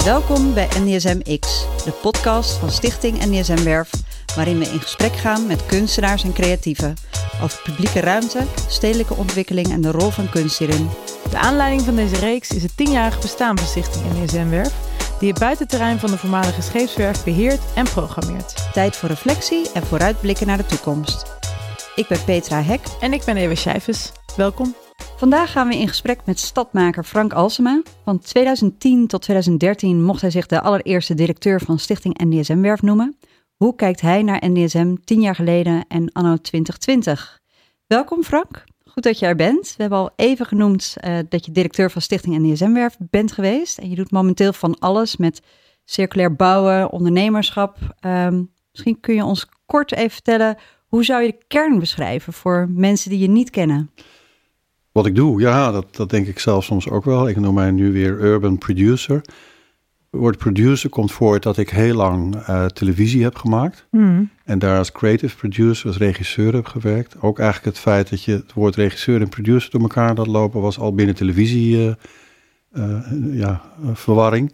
Welkom bij NDSM-X, de podcast van Stichting NDSM Werf, waarin we in gesprek gaan met kunstenaars en creatieven over publieke ruimte, stedelijke ontwikkeling en de rol van kunst hierin. De aanleiding van deze reeks is het 10-jarige bestaan van Stichting NDSM Werf, die het buitenterrein van de voormalige scheepswerf beheert en programmeert. Tijd voor reflectie en vooruitblikken naar de toekomst. Ik ben Petra Hek. En ik ben Ewa Schijfes. Welkom. Vandaag gaan we in gesprek met stadmaker Frank Alsema. Van 2010 tot 2013 mocht hij zich de allereerste directeur van Stichting NDSM Werf noemen. Hoe kijkt hij naar NDSM 10 jaar geleden en anno 2020? Welkom Frank, goed dat je er bent. We hebben al even genoemd dat je directeur van Stichting NDSM Werf bent geweest. En je doet momenteel van alles met circulair bouwen, ondernemerschap. Misschien kun je ons kort even vertellen, hoe zou je de kern beschrijven voor mensen die je niet kennen? Wat ik doe, ja, dat denk ik zelf soms ook wel. Ik noem mij nu weer urban producer. Het woord producer komt voort dat ik heel lang televisie heb gemaakt. En daar als creative producer, als regisseur heb gewerkt. Ook eigenlijk het feit dat je het woord regisseur en producer door elkaar laat lopen, was al binnen televisie verwarring.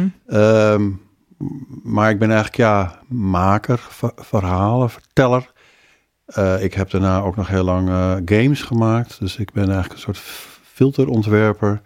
Maar ik ben eigenlijk maker, verhalen, verteller. Ik heb daarna ook nog heel lang games gemaakt. Dus ik ben eigenlijk een soort filterontwerper.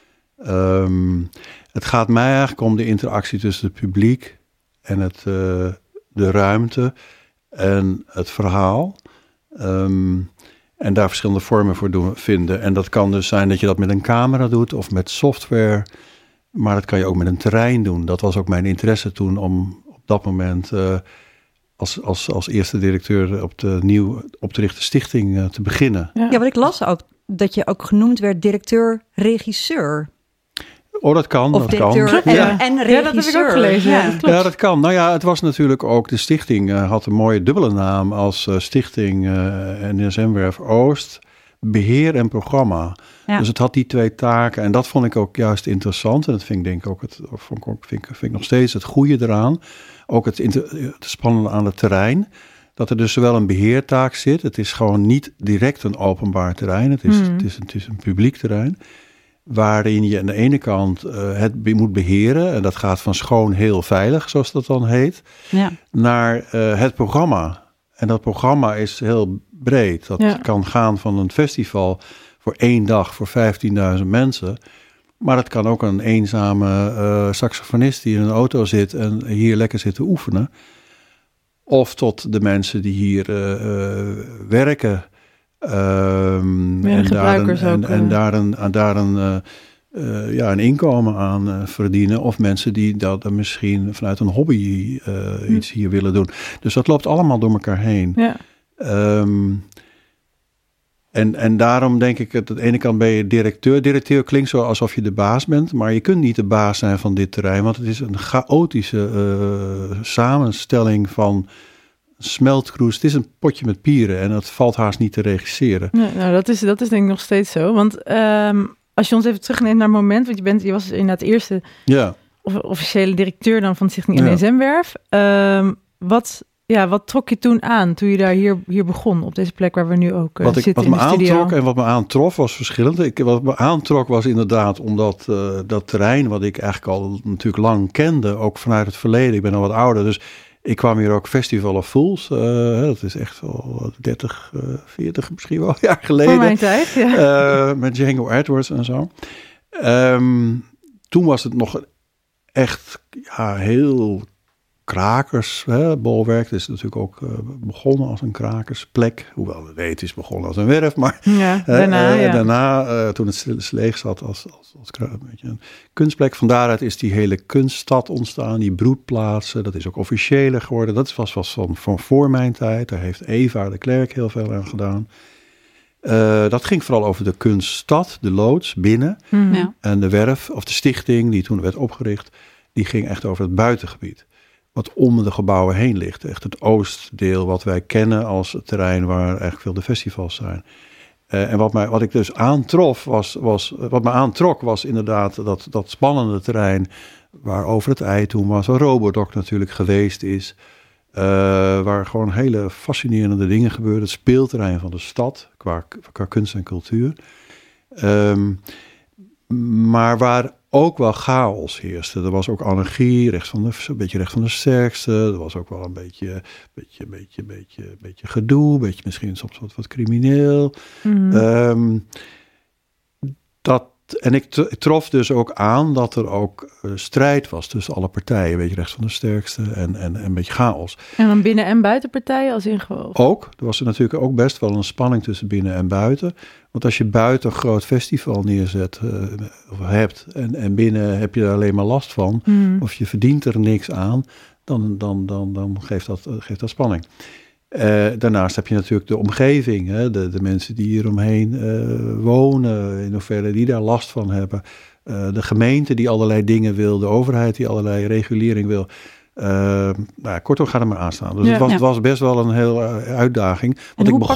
Het gaat mij eigenlijk om de interactie tussen het publiek en de ruimte en het verhaal. En daar verschillende vormen voor vinden. En dat kan dus zijn dat je dat met een camera doet of met software. Maar dat kan je ook met een terrein doen. Dat was ook mijn interesse toen om op dat moment als eerste directeur op de nieuw op te richten stichting te beginnen. Ja, wat ik las ook, dat je ook genoemd werd directeur-regisseur. Oh, dat kan. Of dat directeur kan. en regisseur. Ja, dat heb ik ook gelezen. Ja, dat kan. Nou ja, het was natuurlijk ook, de stichting had een mooie dubbele naam als Stichting NDSM Werf Oost, beheer en programma. Ja. Dus het had die twee taken en dat vond ik ook juist interessant. En dat vind ik denk ik ook vind ik nog steeds het goede eraan. Ook het spannende aan het terrein. Dat er dus zowel een beheertaak zit. Het is gewoon niet direct een openbaar terrein. Het is een publiek terrein. Waarin je aan de ene kant het moet beheren. En dat gaat van schoon heel veilig, zoals dat dan heet. Ja. Naar het programma. En dat programma is heel breed. Dat kan gaan van een festival voor 1 dag voor 15.000 mensen. Maar het kan ook een eenzame saxofonist die in een auto zit en hier lekker zit te oefenen. Of tot de mensen die hier werken. En daar een inkomen aan verdienen. Of mensen die dat misschien vanuit een hobby iets hier willen doen. Dus dat loopt allemaal door elkaar heen. Ja. En daarom denk ik, aan de ene kant ben je directeur. Directeur klinkt zo alsof je de baas bent. Maar je kunt niet de baas zijn van dit terrein. Want het is een chaotische samenstelling van smeltkroes. Het is een potje met pieren. En dat valt haast niet te regisseren. Ja, nou, dat is denk ik nog steeds zo. Want als je ons even terugneemt naar het moment. Want je was inderdaad de eerste officiële directeur dan van de Stichting NDSM Werf. Wat trok je toen aan, toen je daar hier begon, op deze plek waar we nu ook zitten in de studio? Wat me aantrof was verschillend. Wat me aantrok was inderdaad omdat dat terrein wat ik eigenlijk al natuurlijk lang kende, ook vanuit het verleden, ik ben al wat ouder, dus ik kwam hier ook Festival of Fools, dat is echt al 30, 40 misschien wel jaar geleden. Voor mijn tijd, ja. Met Django Edwards en zo. Toen was het nog echt heel krakers, bolwerk. Het is natuurlijk ook begonnen als een krakersplek. Hoewel het is begonnen als een werf. Maar daarna toen het leeg zat als een kunstplek. Van daaruit is die hele kunststad ontstaan. Die broedplaatsen, dat is ook officiëler geworden. Dat was van voor mijn tijd. Daar heeft Eva de Klerk heel veel aan gedaan. Dat ging vooral over de kunststad, de loods binnen. Ja. En de werf, of de stichting die toen werd opgericht, die ging echt over het buitengebied. Wat om de gebouwen heen ligt. Echt het oostdeel wat wij kennen als het terrein waar eigenlijk veel de festivals zijn. En wat ik dus aantrof wat me aantrok was inderdaad dat spannende terrein waar Over het IJ toen was, waar Robodoc natuurlijk geweest is. Waar gewoon hele fascinerende dingen gebeurden. Het speelterrein van de stad qua kunst en cultuur. Maar waar ook wel chaos heerste. Er was ook anarchie, een beetje recht van de sterkste. Er was ook wel een beetje gedoe, misschien soms wat crimineel. En ik trof dus ook aan dat er ook strijd was tussen alle partijen. Een beetje rechts van de sterkste en een beetje chaos. En dan binnen- en buitenpartijen als ingewogen? Ook. Er was er natuurlijk ook best wel een spanning tussen binnen en buiten. Want als je buiten een groot festival neerzet of hebt en binnen heb je daar alleen maar last van, of je verdient er niks aan, dan geeft dat spanning. Daarnaast heb je natuurlijk de omgeving, hè, de mensen die hier omheen wonen, in hoeverre die daar last van hebben. De gemeente die allerlei dingen wil, de overheid die allerlei regulering wil. Kortom, ga er maar aan staan. Dus het was best wel een hele uitdaging. Want hoe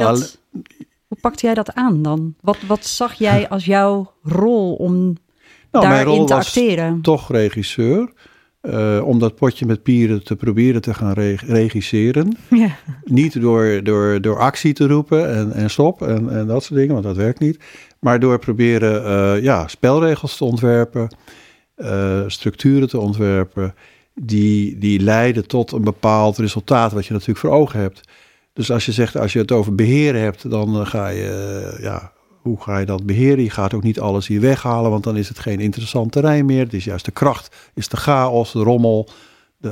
pakte jij dat aan dan? Wat zag jij als jouw rol om daarin te acteren? Mijn rol was toch regisseur. Om dat potje met pieren te proberen te gaan regisseren. Ja. Niet door actie te roepen en stop en dat soort dingen, want dat werkt niet. Maar door proberen spelregels te ontwerpen, structuren te ontwerpen, die leiden tot een bepaald resultaat wat je natuurlijk voor ogen hebt. Dus als je het over beheren hebt, dan ga je, hoe ga je dat beheren? Je gaat ook niet alles hier weghalen, want dan is het geen interessant terrein meer. Het is juist de kracht, is de chaos, de rommel, de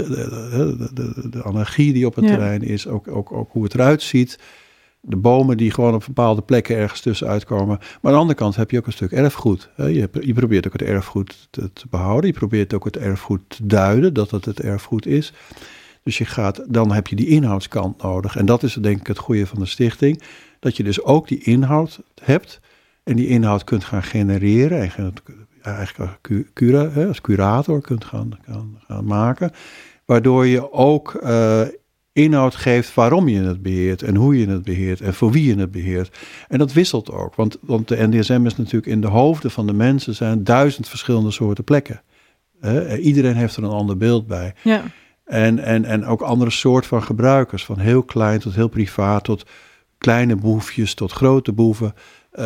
anarchie die op het terrein is, ook hoe het eruit ziet. De bomen die gewoon op bepaalde plekken ergens tussenuit komen. Maar aan de andere kant heb je ook een stuk erfgoed. Je probeert ook het erfgoed te behouden. Je probeert ook het erfgoed te duiden, dat het erfgoed is. Dus dan heb je die inhoudskant nodig. En dat is denk ik het goede van de stichting. Dat je dus ook die inhoud hebt. En die inhoud kunt gaan genereren. En eigenlijk als curator kunt gaan maken. Waardoor je ook inhoud geeft waarom je het beheert. En hoe je het beheert. En voor wie je het beheert. En dat wisselt ook. Want de NDSM is natuurlijk in de hoofden van de mensen zijn 1000 verschillende soorten plekken. Iedereen heeft er een ander beeld bij. Ja. En ook andere soort van gebruikers. Van heel klein tot heel privaat. Tot kleine boefjes tot grote boeven.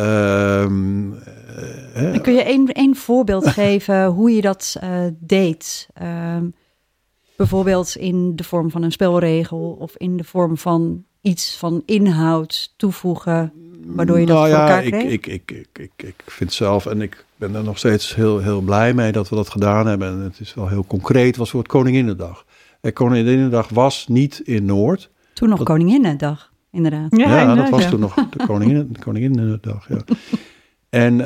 Kun je één voorbeeld geven hoe je dat deed? Bijvoorbeeld in de vorm van een spelregel. Of in de vorm van iets van inhoud toevoegen. Waardoor je dat voor elkaar kreeg? Ik vind zelf, en ik ben er nog steeds heel, heel blij mee dat we dat gedaan hebben. En het is wel heel concreet. Het was voor het Koninginnedag. Koninginnedag was niet in Noord. Toen nog Koninginnedag, inderdaad. Ja, dat was toen nog de Koninginnedag. Ja. En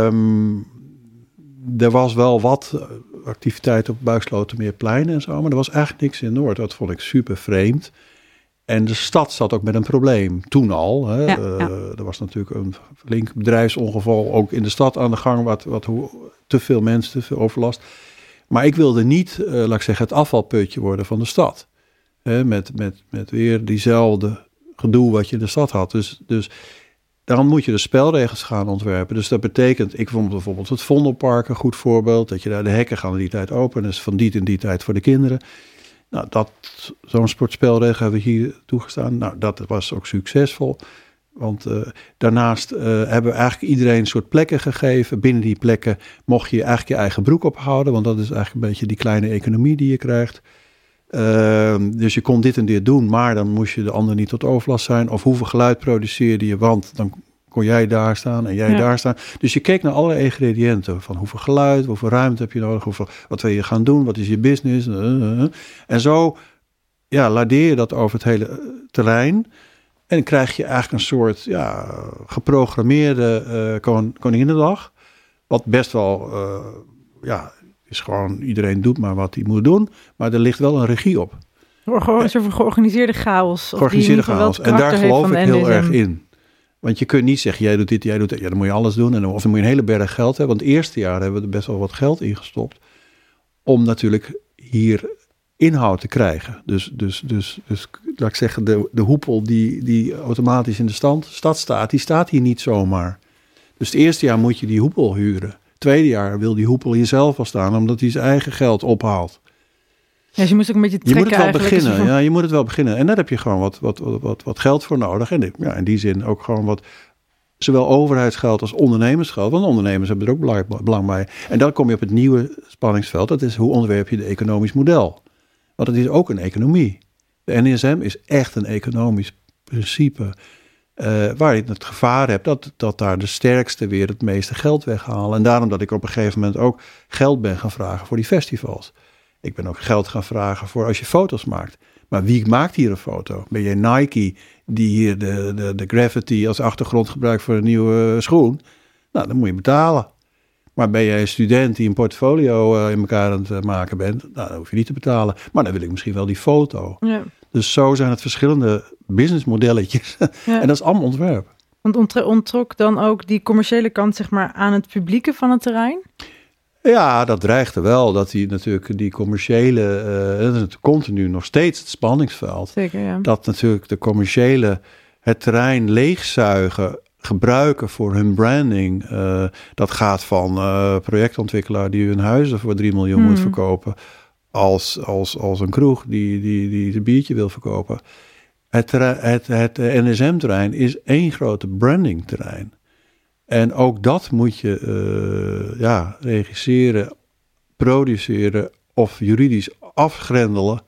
er was wel wat activiteit op Buikslotermeerplein en zo. Maar er was eigenlijk niks in Noord. Dat vond ik super vreemd. En de stad zat ook met een probleem, toen al. Hè. Er was natuurlijk een flink bedrijfsongeval ook in de stad aan de gang. Te veel mensen, te veel overlast. Maar ik wilde niet, laat ik zeggen, het afvalputje worden van de stad. Met weer diezelfde gedoe wat je in de stad had. Dus dan moet je de spelregels gaan ontwerpen. Dus dat betekent, ik vond bijvoorbeeld het Vondelpark een goed voorbeeld. Dat je daar de hekken gaan in die tijd open. Dus van die en die tijd voor de kinderen. Nou, zo'n sportspelregel hebben we hier toegestaan. Nou, dat was ook succesvol. Want daarnaast hebben we eigenlijk iedereen een soort plekken gegeven. Binnen die plekken mocht je eigenlijk je eigen broek ophouden. Want dat is eigenlijk een beetje die kleine economie die je krijgt. Dus je kon dit en dit doen, maar dan moest je de ander niet tot overlast zijn. Of hoeveel geluid produceerde je, want dan kon jij daar staan en jij daar staan. Dus je keek naar alle ingrediënten. Van hoeveel geluid, hoeveel ruimte heb je nodig, wat wil je gaan doen, wat is je business. En zo ladeer je dat over het hele terrein. En dan krijg je eigenlijk een soort geprogrammeerde Koninginnedag. Wat best wel, is gewoon iedereen doet maar wat hij moet doen. Maar er ligt wel een regie op. Een soort georganiseerde chaos. Georganiseerde chaos. En daar geloof ik heel erg in. Want je kunt niet zeggen, jij doet dit, jij doet dat. Ja, dan moet je alles doen. Of dan moet je een hele berg geld hebben. Want het eerste jaar hebben we er best wel wat geld in gestopt. Om natuurlijk hier inhoud te krijgen. Dus laat ik zeggen, de hoepel die automatisch in de stad staat, die staat hier niet zomaar. Dus het eerste jaar moet je die hoepel huren. Het tweede jaar wil die hoepel jezelf al staan, omdat hij zijn eigen geld ophaalt. Ja, dus je moet ook een beetje trekken. Je moet het wel beginnen. Ja, je moet het wel beginnen. En daar heb je gewoon wat geld voor nodig. En in die zin ook gewoon Zowel overheidsgeld als ondernemersgeld. Want ondernemers hebben er ook belang bij. En dan kom je op het nieuwe spanningsveld. Dat is hoe ontwerp je het economisch model. Want het is ook een economie. De NESM is echt een economisch principe. Waar je het gevaar hebt dat daar de sterkste weer het meeste geld weghalen. En daarom dat ik op een gegeven moment ook geld ben gaan vragen voor die festivals. Ik ben ook geld gaan vragen voor als je foto's maakt. Maar wie maakt hier een foto? Ben je Nike die hier de graffiti als achtergrond gebruikt voor een nieuwe schoen? Nou, dan moet je betalen. Maar ben jij een student die een portfolio in elkaar aan het maken bent? Nou, dan hoef je niet te betalen. Maar dan wil ik misschien wel die foto. Ja. Dus zo zijn het verschillende businessmodelletjes. Ja. En dat is allemaal ontwerp. Want onttrok dan ook die commerciële kant zeg maar aan het publieke van het terrein? Ja, dat dreigde wel. Dat die commerciële, dat is het continu nog steeds het spanningsveld. Zeker, ja. Dat natuurlijk de commerciële het terrein leegzuigen, gebruiken voor hun branding. Dat gaat van projectontwikkelaar die hun huizen voor 3 miljoen moet verkopen. Als een kroeg die een biertje wil verkopen. Het NSM-terrein is één grote brandingterrein. En ook dat moet je regisseren, produceren of juridisch afgrendelen.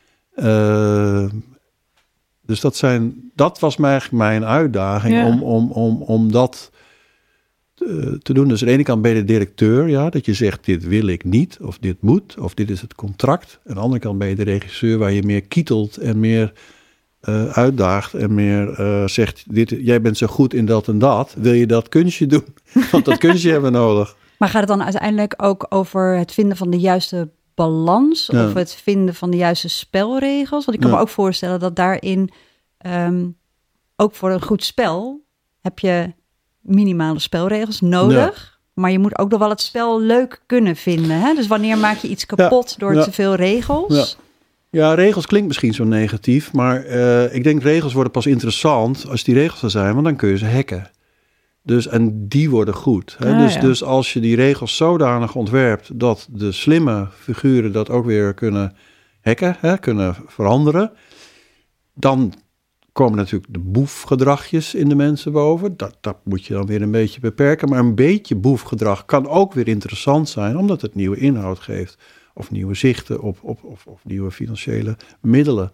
Dus dat was eigenlijk mijn uitdaging om dat te doen. Dus aan de ene kant ben je de directeur, dat je zegt dit wil ik niet, of dit moet, of dit is het contract. Aan de andere kant ben je de regisseur waar je meer kietelt en meer uitdaagt en meer zegt, jij bent zo goed in dat en dat, wil je dat kunstje doen? Want dat kunstje hebben we nodig. Maar gaat het dan uiteindelijk ook over het vinden van de juiste balans of het vinden van de juiste spelregels? Want ik kan me ook voorstellen dat daarin, ook voor een goed spel, heb je minimale spelregels nodig. Ja. Maar je moet ook nog wel het spel leuk kunnen vinden. Hè? Dus wanneer maak je iets kapot door te veel regels? Ja, regels klinkt misschien zo negatief, maar ik denk regels worden pas interessant als die regels er zijn, want dan kun je ze hacken. En die worden goed. Hè? Dus als je die regels zodanig ontwerpt dat de slimme figuren dat ook weer kunnen hacken, kunnen veranderen, dan komen natuurlijk de boefgedragjes in de mensen boven. Dat moet je dan weer een beetje beperken. Maar een beetje boefgedrag kan ook weer interessant zijn, omdat het nieuwe inhoud geeft. Of nieuwe zichten of nieuwe financiële middelen.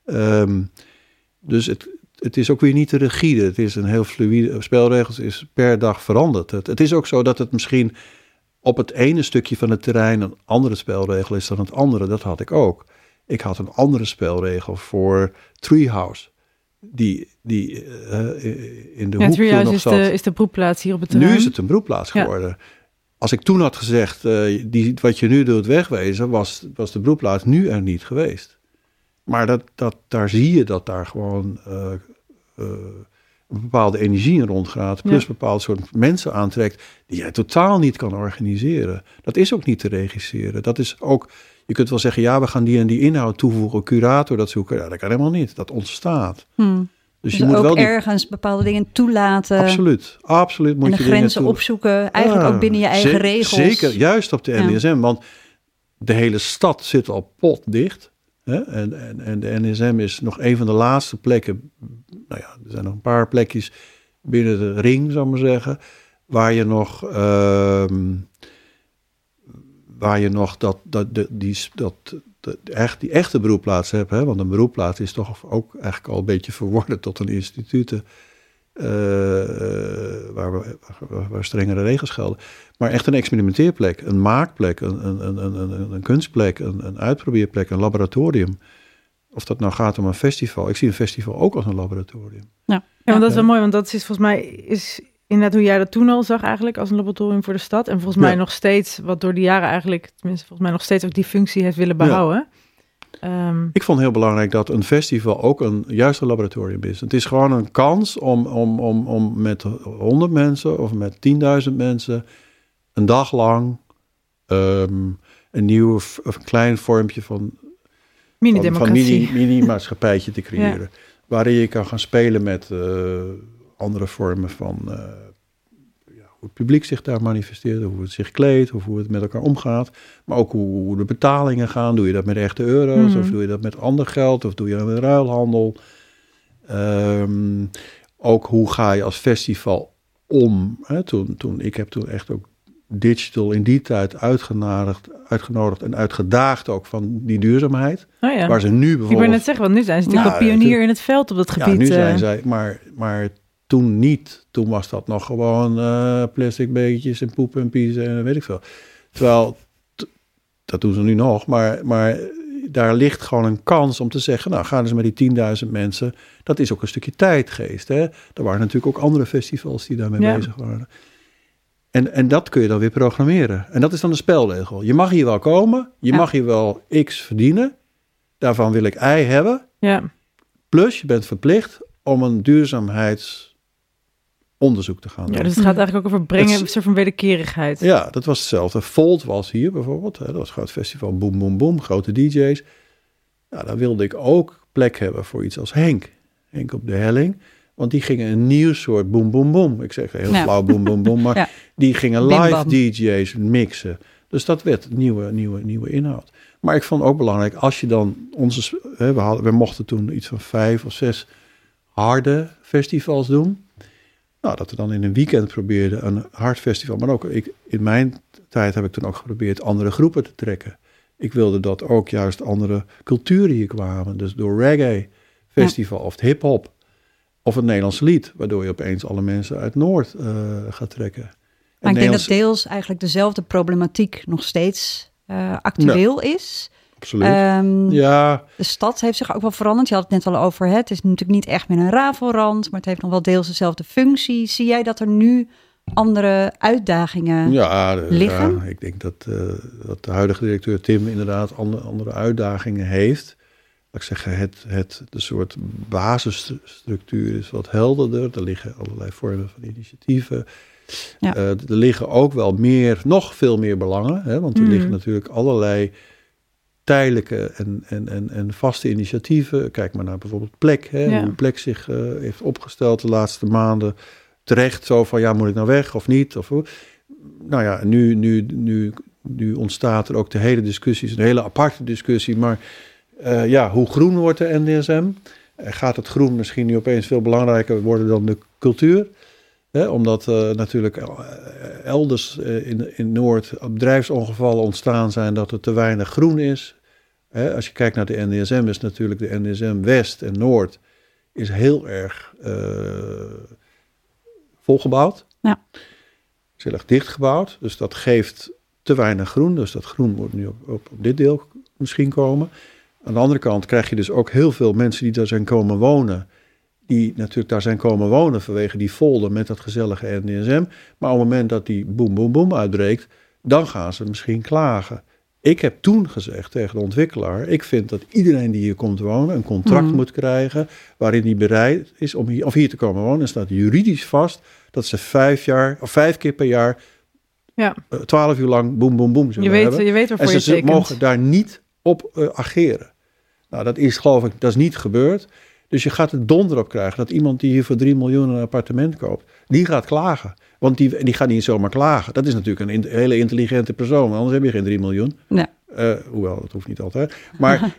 Dus het is ook weer niet te rigide. Het is een heel fluïde. Spelregels is per dag veranderd. Het is ook zo dat het misschien op het ene stukje van het terrein een andere spelregel is dan het andere. Dat had ik ook. Ik had een andere spelregel voor Treehouse. Die in de hoek Treehouse nog zat. is de broedplaats hier op het terrein. Nu is het een broedplaats geworden. Ja. Als ik toen had gezegd, wat je nu doet wegwezen, was de broedplaats nu er niet geweest. Maar daar zie je dat daar gewoon een bepaalde energie in rondgaat. Plus een bepaald soort mensen aantrekt die jij totaal niet kan organiseren. Dat is ook niet te regisseren. Dat is ook, je kunt wel zeggen, we gaan die en die inhoud toevoegen, curator dat zoeken. Ja, dat kan helemaal niet. Dat ontstaat. Dus je moet ook wel ergens bepaalde dingen toelaten. Absoluut moet en je de grenzen opzoeken. Eigenlijk ook binnen je eigen regels. Zeker, juist op de NSM. Want de hele stad zit al potdicht. Hè? En de NSM is nog een van de laatste plekken. Nou ja, er zijn nog een paar plekjes binnen de ring, zou ik maar zeggen. Waar je nog die echte beroepplaats hebt. Hè? Want een beroepplaats is toch ook eigenlijk al een beetje verworden tot een instituut. Waar strengere regels gelden. Maar echt een experimenteerplek, een maakplek, een kunstplek, een uitprobeerplek, een laboratorium. Of dat nou gaat om een festival. Ik zie een festival ook als een laboratorium. Ja, want dat is wel mooi, want dat is volgens mij inderdaad hoe jij dat toen al zag eigenlijk als een laboratorium voor de stad. En volgens mij nog steeds, wat door de jaren eigenlijk, tenminste volgens mij nog steeds ook die functie heeft willen behouden. Ik vond heel belangrijk dat een festival ook juist een laboratorium is. Het is gewoon een kans om met 100 mensen of met 10.000 mensen een dag lang een klein vormpje van mini-maatschappijtje te creëren. Waarin je kan gaan spelen met andere vormen van hoe het publiek zich daar manifesteert, hoe het zich kleedt, of hoe het met elkaar omgaat. Maar ook hoe de betalingen gaan. Doe je dat met echte euro's of doe je dat met ander geld of doe je een ruilhandel? Ook hoe ga je als festival Ik heb toen echt ook digital in die tijd uitgenodigd en uitgedaagd ook van die duurzaamheid. Oh ja. Waar ze nu bijvoorbeeld... Ik ben net zeggen, want nu zijn ze natuurlijk al pionier in het veld op dat gebied. Ja, nu zijn zij, maar toen niet. Toen was dat nog gewoon plastic beetjes en poep en piezen en weet ik veel. Terwijl, dat doen ze nu nog, maar daar ligt gewoon een kans om te zeggen, nou, gaan eens met die 10.000 mensen. Dat is ook een stukje tijdgeest. Hè? Er waren natuurlijk ook andere festivals die daarmee bezig waren. En dat kun je dan weer programmeren. En dat is dan de spelregel. Je mag hier wel komen, je mag hier wel X verdienen. Daarvan wil ik Y hebben. Ja. Plus, je bent verplicht om een duurzaamheidsonderzoek te gaan doen. Ja, dus het gaat eigenlijk ook over brengen, een soort van wederkerigheid. Ja, dat was hetzelfde. Volt was hier bijvoorbeeld. Hè, dat was een groot festival. Boom, boom, boom. Grote DJ's. Nou, dan wilde ik ook plek hebben voor iets als Henk. Henk op de Helling. Want die gingen een nieuw soort boom, boom, boom. Ik zeg heel flauw boom, boom, boom. Maar die gingen live DJ's mixen. Dus dat werd nieuwe inhoud. Maar ik vond ook belangrijk, als je dan we mochten toen iets van 5 of 6 harde festivals doen. Nou, dat we dan in een weekend probeerden een hard festival. Maar ook in mijn tijd heb ik toen ook geprobeerd andere groepen te trekken. Ik wilde dat ook juist andere culturen hier kwamen. Dus door reggae festival of het hip-hop of het Nederlands lied. Waardoor je opeens alle mensen uit Noord gaat trekken. Maar ik denk dat deels eigenlijk dezelfde problematiek nog steeds actueel is. Absoluut. De stad heeft zich ook wel veranderd. Je had het net al over. Het is natuurlijk niet echt meer een rafelrand, maar het heeft nog wel deels dezelfde functie. Zie jij dat er nu andere uitdagingen liggen? Ja, ik denk dat de huidige directeur Tim inderdaad andere uitdagingen heeft. Laat ik zeggen, de soort basisstructuur is wat helderder. Er liggen allerlei vormen van initiatieven. Ja. Er liggen ook wel nog veel meer belangen. Hè, want er liggen natuurlijk allerlei tijdelijke en vaste initiatieven. Kijk maar naar bijvoorbeeld Plek. Hè, hoe Plek zich heeft opgesteld de laatste maanden. Terecht zo van, moet ik nou weg of niet? Nou ja, nu ontstaat er ook de hele discussie. Een hele aparte discussie. Maar hoe groen wordt de NDSM? Gaat het groen misschien nu opeens veel belangrijker worden dan de cultuur? Omdat natuurlijk elders in Noord bedrijfsongevallen ontstaan zijn dat er te weinig groen is. Als je kijkt naar de NDSM, is natuurlijk de NDSM West en Noord is heel erg volgebouwd. Ja. Is heel erg dichtgebouwd. Dus dat geeft te weinig groen. Dus dat groen moet nu op dit deel misschien komen. Aan de andere kant krijg je dus ook heel veel mensen die daar zijn komen wonen. Die natuurlijk daar zijn komen wonen vanwege die folder met dat gezellige NDSM. Maar op het moment dat die boem, boem, boem uitbreekt, dan gaan ze misschien klagen. Ik heb toen gezegd tegen de ontwikkelaar, ik vind dat iedereen die hier komt wonen een contract moet krijgen waarin hij bereid is om hier te komen wonen. En staat juridisch vast dat ze 5 keer per jaar 12 uur lang boem, boem, boem zullen hebben. Je weet waarvoor je tekent. En ze mogen daar niet op ageren. Nou, dat is geloof ik, dat is niet gebeurd. Dus je gaat het donder op krijgen dat iemand die hier voor 3 miljoen een appartement koopt, die gaat klagen. Want die gaat niet zomaar klagen. Dat is natuurlijk een hele intelligente persoon, anders heb je geen 3 miljoen. Nee. Hoewel, dat hoeft niet altijd. Maar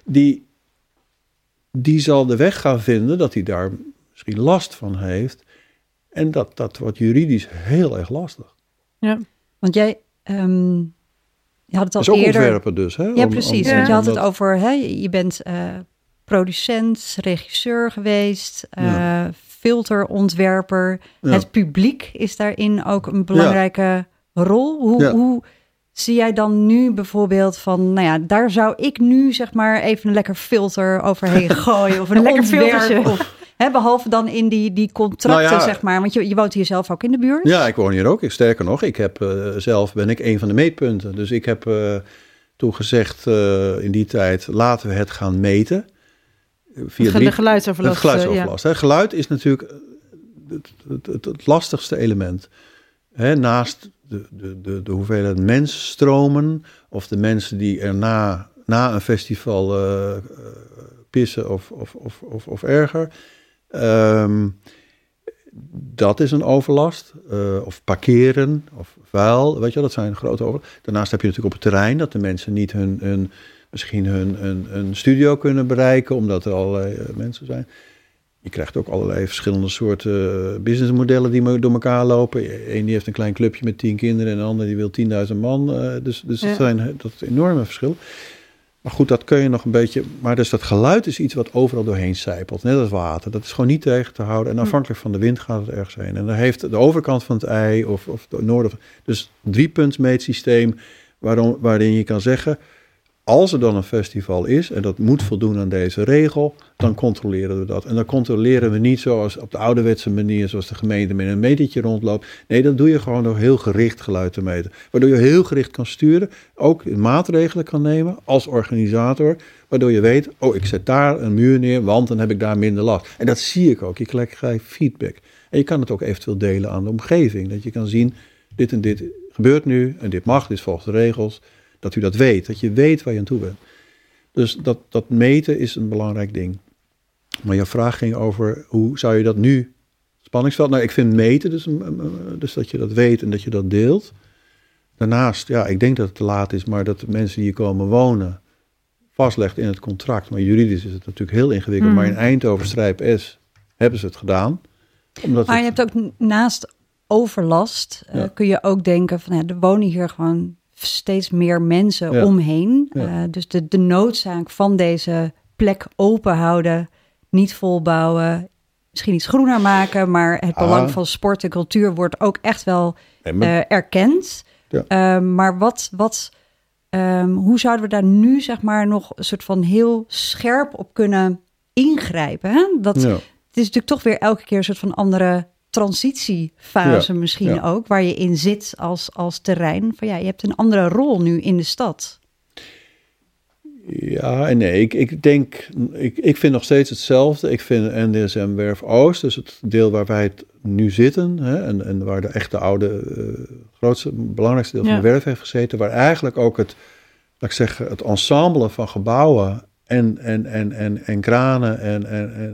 die zal de weg gaan vinden dat hij daar misschien last van heeft. En dat wordt juridisch heel erg lastig. Ja, want jij... je had het al dat is ook eerder... ontwerpen dus. Hè? Ja, precies. Want je had het over... je bent producent, regisseur geweest, filterontwerper. Ja. Het publiek is daarin ook een belangrijke rol. Hoe zie jij dan nu bijvoorbeeld van... daar zou ik nu zeg maar even een lekker filter overheen gooien. Of een lekker filtertje. Behalve dan in die contracten, zeg maar. Want je woont hier zelf ook in de buurt. Ja, ik woon hier ook. Sterker nog, ik heb ben ik een van de meetpunten. Dus ik heb toen gezegd in die tijd, laten we het gaan meten. De geluidsoverlast. Het geluidsoverlast. Ja. Geluid is natuurlijk het lastigste element. Naast de hoeveelheid mensstromen of de mensen die er na een festival pissen of erger. Dat is een overlast. Of parkeren of vuil. Weet je, dat zijn grote overlast. Daarnaast heb je natuurlijk op het terrein dat de mensen niet misschien hun studio kunnen bereiken, omdat er allerlei mensen zijn. je krijgt ook allerlei verschillende soorten businessmodellen die door elkaar lopen. Eén die heeft een klein clubje met 10 kinderen en de ander die wil 10.000 man. Dus dat is een enorme verschil. Maar goed, dat kun je nog een beetje... Maar dus dat geluid is iets wat overal doorheen sijpelt. Net als water. Dat is gewoon niet tegen te houden. En afhankelijk van de wind gaat het ergens heen. En dan heeft de overkant van het ei of de noorden... Dus 3-punts meetsysteem waarin je kan zeggen... Als er dan een festival is en dat moet voldoen aan deze regel, dan controleren we dat. En dan controleren we niet zoals op de ouderwetse manier, zoals de gemeente met een metertje rondloopt. Nee, dat doe je gewoon door heel gericht geluid te meten. Waardoor je heel gericht kan sturen, ook maatregelen kan nemen als organisator. Waardoor je weet, ik zet daar een muur neer, want dan heb ik daar minder last. En dat zie ik ook, je krijgt feedback. En je kan het ook eventueel delen aan de omgeving. Dat je kan zien, dit en dit gebeurt nu en dit mag, dit volgt de regels. Dat u dat weet, dat je weet waar je aan toe bent. Dus dat meten is een belangrijk ding. Maar jouw vraag ging over, hoe zou je dat nu... Spanningsveld, ik vind meten, dus dat je dat weet en dat je dat deelt. Daarnaast, ik denk dat het te laat is, maar dat de mensen die hier komen wonen... vastlegt in het contract. Maar juridisch is het natuurlijk heel ingewikkeld. Maar in Eindhoven, Strijp S, hebben ze het gedaan. Maar je hebt ook naast overlast... kun je ook denken van, er wonen hier gewoon... steeds meer mensen omheen. Ja. Dus de noodzaak van deze plek open houden, niet volbouwen, misschien iets groener maken, maar het belang van sport en cultuur wordt ook echt wel erkend. Ja. Maar hoe zouden we daar nu zeg maar nog een soort van heel scherp op kunnen ingrijpen? Hè? Het is natuurlijk toch weer elke keer een soort van andere transitiefase misschien ook, waar je in zit als terrein. Van je hebt een andere rol nu in de stad. Ja en nee, ik vind nog steeds hetzelfde. Ik vind NDSM Werf Oost, dus het deel waar wij het nu zitten, en waar de echte oude, belangrijkste deel van de werf heeft gezeten, waar eigenlijk ook het ensemble van gebouwen en kranen en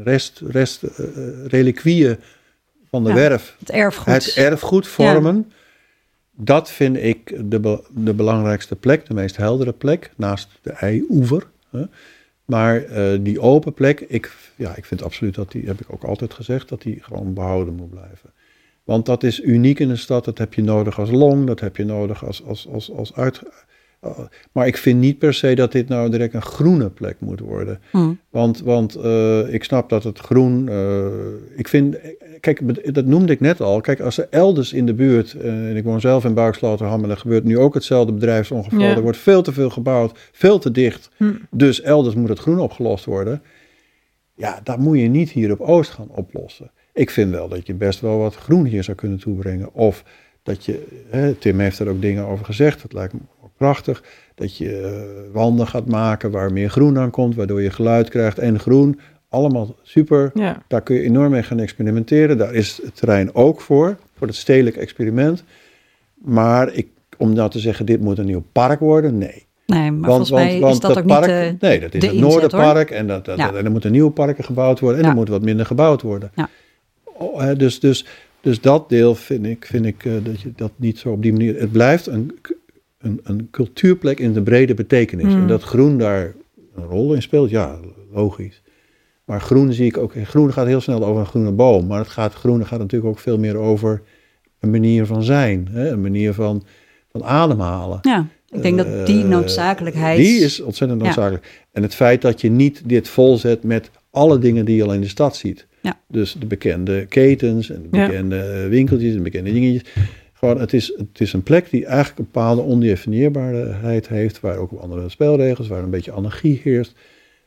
reliquieën van de werf, het erfgoed vormen. Ja. Dat vind ik de belangrijkste plek, de meest heldere plek, naast de IJ-oever. Maar die open plek, ik vind absoluut dat die, heb ik ook altijd gezegd, dat die gewoon behouden moet blijven. Want dat is uniek in een stad, dat heb je nodig als long, dat heb je nodig als maar ik vind niet per se dat dit nou direct een groene plek moet worden. Want ik snap dat het groen... ik vind... Kijk, dat noemde ik net al. Kijk, als er elders in de buurt... en ik woon zelf in Buiksloterham... en er gebeurt nu ook hetzelfde bedrijfsongeval. Ja. Er wordt veel te veel gebouwd, veel te dicht. Dus elders moet het groen opgelost worden. Ja, dat moet je niet hier op Oost gaan oplossen. Ik vind wel dat je best wel wat groen hier zou kunnen toebrengen. Of dat je... Tim heeft er ook dingen over gezegd. Dat lijkt me prachtig, dat je wanden gaat maken waar meer groen aan komt, waardoor je geluid krijgt en groen. Allemaal super. Ja. Daar kun je enorm mee gaan experimenteren. Daar is het terrein ook voor het stedelijk experiment. Maar om nou te zeggen, dit moet een nieuw park worden, nee. Nee, maar volgens mij is dat ook park, niet nee, dat is het Noorderpark en er moeten nieuwe parken gebouwd worden en er moet wat minder gebouwd worden. Ja. Dus dat deel vind ik dat je dat niet zo op die manier... Het blijft een cultuurplek in de brede betekenis. En dat groen daar een rol in speelt, ja, logisch. Maar groen zie ik ook... Groen gaat heel snel over een groene boom. Maar groen gaat natuurlijk ook veel meer over een manier van zijn. Een manier van ademhalen. Ja, ik denk dat die noodzakelijkheid... Die is ontzettend noodzakelijk. Ja. En het feit dat je niet dit volzet met alle dingen die je al in de stad ziet. Ja. Dus de bekende ketens en de bekende winkeltjes en de bekende dingetjes... Gewoon, het is een plek die eigenlijk een bepaalde ondefinieerbaarheid heeft, waar ook andere spelregels, waar een beetje anarchie heerst.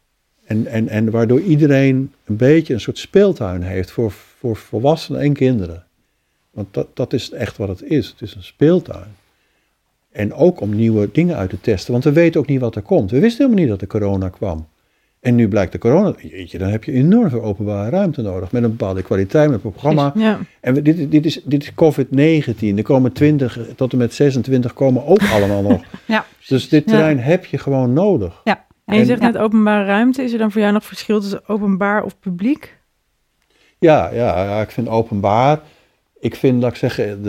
En waardoor iedereen een beetje een soort speeltuin heeft voor volwassenen en kinderen. Want dat is echt wat het is. Het is een speeltuin. En ook om nieuwe dingen uit te testen, want we weten ook niet wat er komt. We wisten helemaal niet dat de corona kwam. En nu blijkt de corona, dan heb je enorm veel openbare ruimte nodig. Met een bepaalde kwaliteit, met een programma. Ja. En dit is COVID-19. Er komen 20 tot en met 26 komen ook allemaal nog. Ja, dus dit terrein heb je gewoon nodig. Ja. En je zegt net openbare ruimte. Is er dan voor jou nog verschil tussen openbaar of publiek? Ja, ik vind openbaar. Ik vind, laat ik zeggen,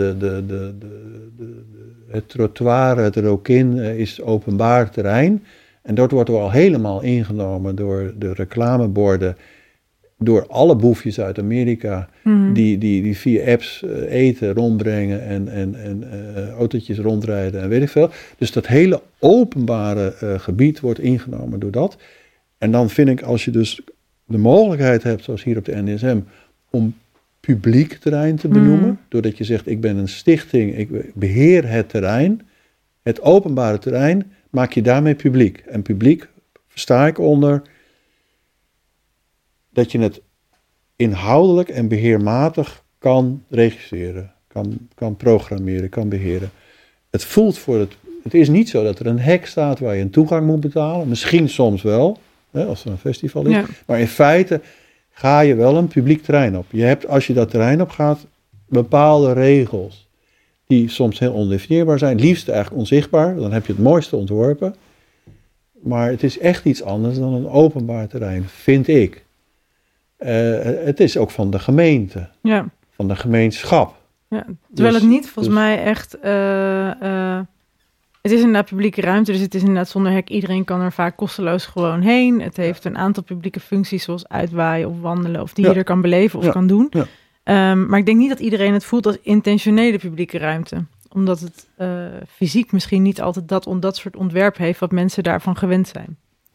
het trottoir, het rokin is openbaar terrein. En dat wordt al helemaal ingenomen door de reclameborden. door alle boefjes uit Amerika die via apps eten rondbrengen en autootjes rondrijden en weet ik veel. Dus dat hele openbare gebied wordt ingenomen door dat. En dan vind ik, als je dus de mogelijkheid hebt, zoals hier op de NDSM, om publiek terrein te benoemen, doordat je zegt, ik ben een stichting, ik beheer het terrein, het openbare terrein, maak je daarmee publiek. En publiek versta ik onder dat je het inhoudelijk en beheermatig kan registreren, kan programmeren, kan beheren. Het voelt het is niet zo dat er een hek staat waar je een toegang moet betalen. Misschien soms wel, als er een festival is. Ja. Maar in feite ga je wel een publiek terrein op. Je hebt, als je dat terrein op gaat, bepaalde regels die soms heel ondefinieerbaar zijn. Liefst eigenlijk onzichtbaar, dan heb je het mooiste ontworpen. Maar het is echt iets anders dan een openbaar terrein, vind ik. Het is ook van de gemeente, van de gemeenschap. Ja, terwijl het niet volgens mij echt... het is inderdaad publieke ruimte, dus het is inderdaad zonder hek. Iedereen kan er vaak kosteloos gewoon heen. Het heeft een aantal publieke functies zoals uitwaaien of wandelen, of die je er kan beleven of kan doen. Ja. Maar ik denk niet dat iedereen het voelt als intentionele publieke ruimte. Omdat het fysiek misschien niet altijd dat soort ontwerp heeft wat mensen daarvan gewend zijn.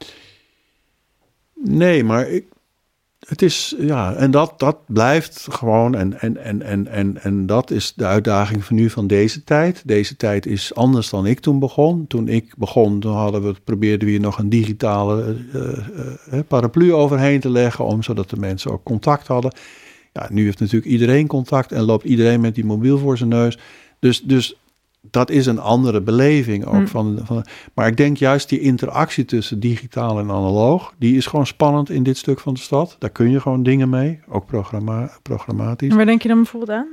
Nee, maar het is, en dat blijft gewoon, en dat is de uitdaging van nu van deze tijd. Deze tijd is anders dan ik toen begon. Toen ik begon, probeerden we hier nog een digitale paraplu overheen te leggen, zodat de mensen ook contact hadden. Ja, nu heeft natuurlijk iedereen contact en loopt iedereen met die mobiel voor zijn neus. Dus dat is een andere beleving ook maar ik denk juist die interactie tussen digitaal en analoog, die is gewoon spannend in dit stuk van de stad. Daar kun je gewoon dingen mee, ook programmatisch. En waar denk je dan bijvoorbeeld aan?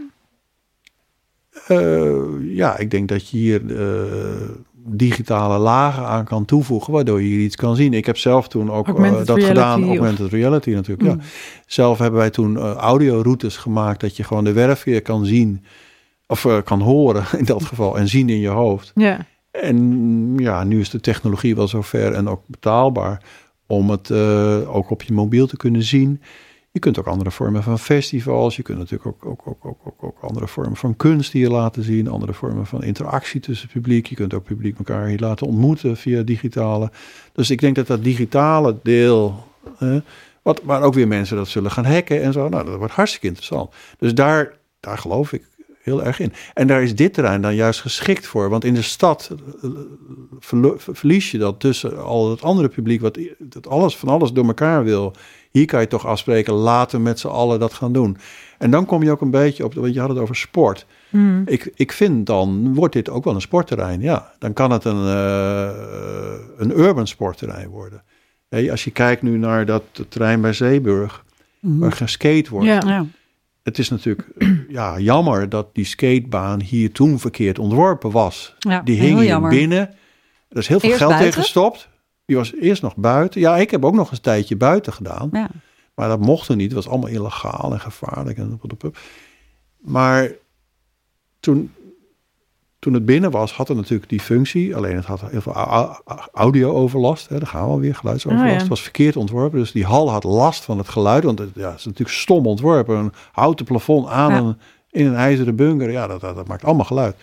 Ik denk dat je hier digitale lagen aan kan toevoegen, waardoor je hier iets kan zien. Ik heb zelf toen ook dat gedaan, augmented reality natuurlijk. Ja. Zelf hebben wij toen audioroutes gemaakt, dat je gewoon de werf weer kan zien, of kan horen in dat geval, en zien in je hoofd. Ja. En nu is de technologie wel zover en ook betaalbaar om het ook op je mobiel te kunnen zien. Je kunt ook andere vormen van festivals, je kunt natuurlijk ook andere vormen van kunst hier laten zien, andere vormen van interactie tussen publiek. Je kunt ook publiek elkaar hier laten ontmoeten via digitale. Dus ik denk dat dat digitale deel, waar ook weer mensen dat zullen gaan hacken en zo, dat wordt hartstikke interessant. Dus daar geloof ik heel erg in. En daar is dit terrein dan juist geschikt voor. Want in de stad verlies je dat tussen al het andere publiek, wat van alles door elkaar wil. Hier kan je toch afspreken, laten we met z'n allen dat gaan doen. En dan kom je ook een beetje op, want je had het over sport. Ik vind dan, wordt dit ook wel een sportterrein. Ja, dan kan het een urban sportterrein worden. Als je kijkt nu naar dat terrein bij Zeeburg, waar geskate wordt. Ja. Het is natuurlijk jammer dat die skatebaan hier toen verkeerd ontworpen was. Ja, die hing hier binnen. Er is heel veel geld in gestopt. Die was eerst nog buiten. Ja, ik heb ook nog een tijdje buiten gedaan. Ja. Maar dat mocht er niet. Het was allemaal illegaal en gevaarlijk. Maar toen het binnen was, had het natuurlijk die functie. Alleen het had heel veel audio-overlast. Daar gaan we alweer, geluidsoverlast. Het was verkeerd ontworpen. Dus die hal had last van het geluid. Want het is natuurlijk stom ontworpen. Een houten plafond aan in een ijzeren bunker. Ja, dat maakt allemaal geluid.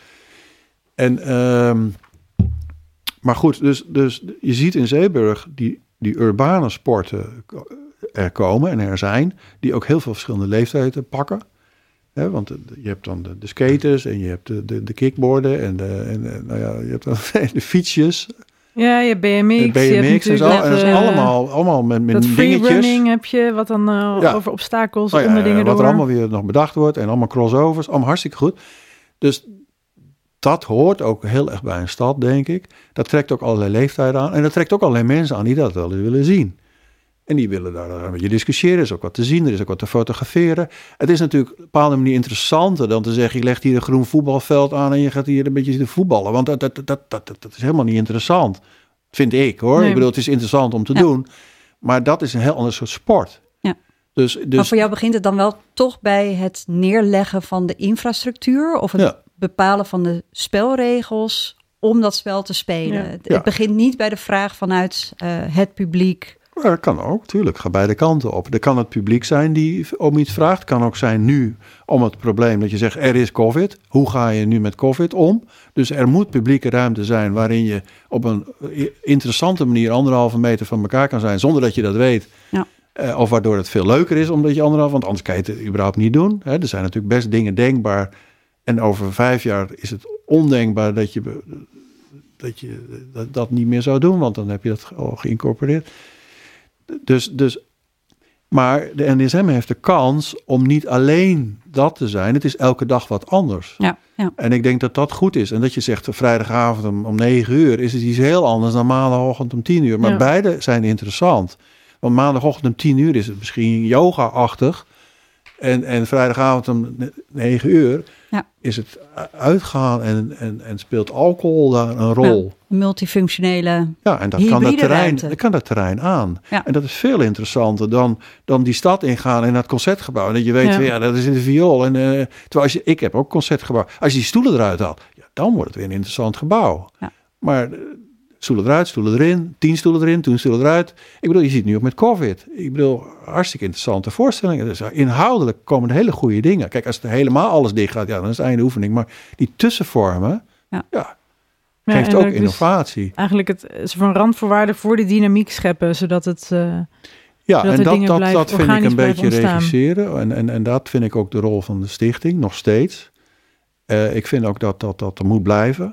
En maar goed, dus je ziet in Zeeburg die urbane sporten er komen en er zijn, die ook heel veel verschillende leeftijden pakken. Want je hebt dan de skaters en je hebt de kickborden en je hebt dan de fietsjes. Ja, je hebt BMX. BMX en zo. En dat is allemaal met dingetjes. Freerunning heb je, wat dan over obstakels, onder dingen wat door. er allemaal weer nog bedacht wordt en allemaal crossovers. Allemaal hartstikke goed. Dus dat hoort ook heel erg bij een stad, denk ik. Dat trekt ook allerlei leeftijden aan. En dat trekt ook allerlei mensen aan die dat wel willen zien. En die willen daar een beetje discussiëren. Er is ook wat te zien, er is ook wat te fotograferen. Het is natuurlijk op een bepaalde manier interessanter dan te zeggen, je legt hier een groen voetbalveld aan en je gaat hier een beetje zitten voetballen. Want dat is helemaal niet interessant, vind ik hoor. Nee. Ik bedoel, het is interessant om te doen. Maar dat is een heel ander soort sport. Ja. Dus, maar voor jou begint het dan wel toch bij het neerleggen van de infrastructuur of het bepalen van de spelregels om dat spel te spelen. Het begint niet bij de vraag vanuit het publiek. Dat kan ook, tuurlijk. Ga beide kanten op. Er kan het publiek zijn die om iets vraagt. Het kan ook zijn nu om het probleem dat je zegt, er is COVID. Hoe ga je nu met COVID om? Dus er moet publieke ruimte zijn waarin je op een interessante manier 1,5 meter van elkaar kan zijn, zonder dat je dat weet. Ja. Of waardoor het veel leuker is omdat je 1,5, want anders kan je het überhaupt niet doen. Er zijn natuurlijk best dingen denkbaar. En over 5 jaar is het ondenkbaar dat je dat niet meer zou doen, want dan heb je dat al geïncorporeerd. Maar de NDSM heeft de kans om niet alleen dat te zijn. Het is elke dag wat anders. Ja. En ik denk dat dat goed is. En dat je zegt, vrijdagavond om 9 uur is het iets heel anders dan maandagochtend om 10 uur. Maar beide zijn interessant. Want maandagochtend om 10 uur is het misschien yoga-achtig. En vrijdagavond om 9 uur is het uitgaan en speelt alcohol daar een rol. Ja, multifunctionele. Ja, en dat kan dat terrein aan. Ja. En dat is veel interessanter dan die stad ingaan en naar het concertgebouw. En dat je weet, dat is in de viool. En, terwijl ik heb ook concertgebouw. Als je die stoelen eruit haalt, dan wordt het weer een interessant gebouw. Ja. Maar stoelen eruit, stoelen erin, 10 stoelen erin, 10 stoelen eruit. Ik bedoel, je ziet nu ook met COVID. Ik bedoel, hartstikke interessante voorstellingen. Dus inhoudelijk komen er hele goede dingen. Kijk, als het helemaal alles dicht gaat, dan is het einde oefening. Maar die tussenvormen, geeft ook innovatie. Dus eigenlijk het is van randvoorwaarden voor de dynamiek scheppen, zodat het en dat vind ik een beetje regisseren. En dat vind ik ook de rol van de stichting, nog steeds. Ik vind ook dat er moet blijven.